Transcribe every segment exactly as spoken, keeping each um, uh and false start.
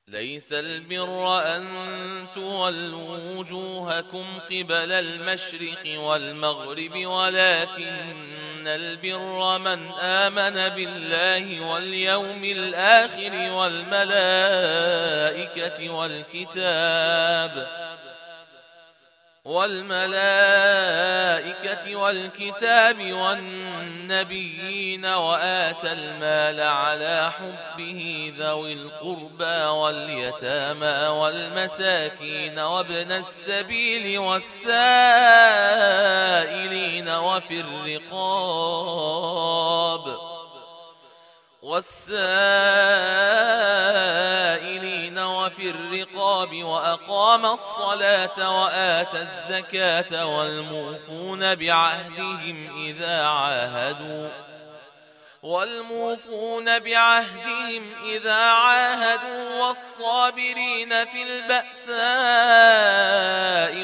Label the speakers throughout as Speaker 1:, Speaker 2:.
Speaker 1: ليس البر أن تولوا وجوهكم قبل المشرق والمغرب ولكن البر من آمن بالله واليوم الآخر والملائكة والكتاب والملائكة والكتاب والنبيين وآتى المال على حبه ذوي القربى واليتامى والمساكين وابن السبيل والسائلين وفي الرقاب والسائلين وفي الرقاب وأقام الصلاة وآتى الزكاة والموفون بعهدهم إذا عاهدوا والموفون بعهدهم إذا عاهدوا والصابرين في البأساء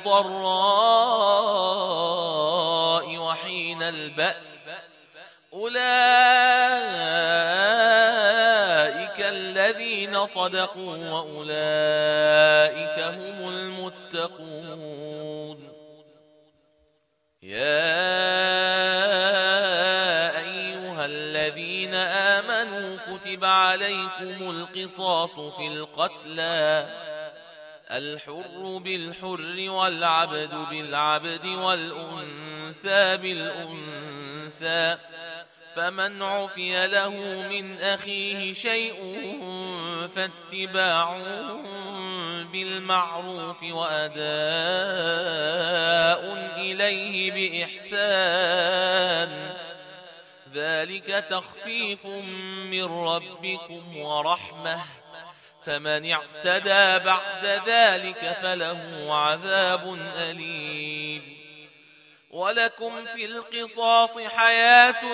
Speaker 1: والضراء وحين البأس أولئك الذين صدقوا وأولئك هم المتقون. يا أيها الذين آمنوا كتب عليكم القصاص في القتلى الحر بالحر والعبد بالعبد والأنثى بالأنثى فمن عفي له من أخيه شيء فاتباع بالمعروف وأداء إليه بإحسان ذلك تخفيف من ربكم ورحمة فمن اعتدى بعد ذلك فله عذاب أليم. ولكم في القصاص حياة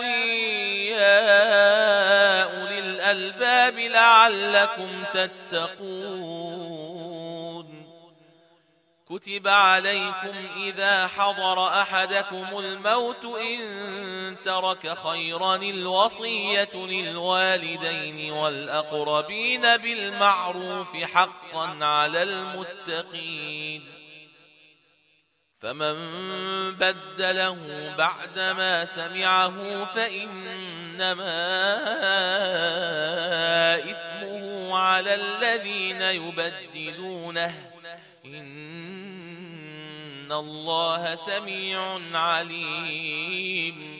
Speaker 1: يا أولي الألباب لعلكم تتقون. كتب عليكم إذا حضر أحدكم الموت إن ترك خيرا الوصية للوالدين والأقربين بالمعروف حقا على المتقين. فمن بدله بعدما سمعه فإنما إثمه على الذين يبدلونه إن الله سميع عليم.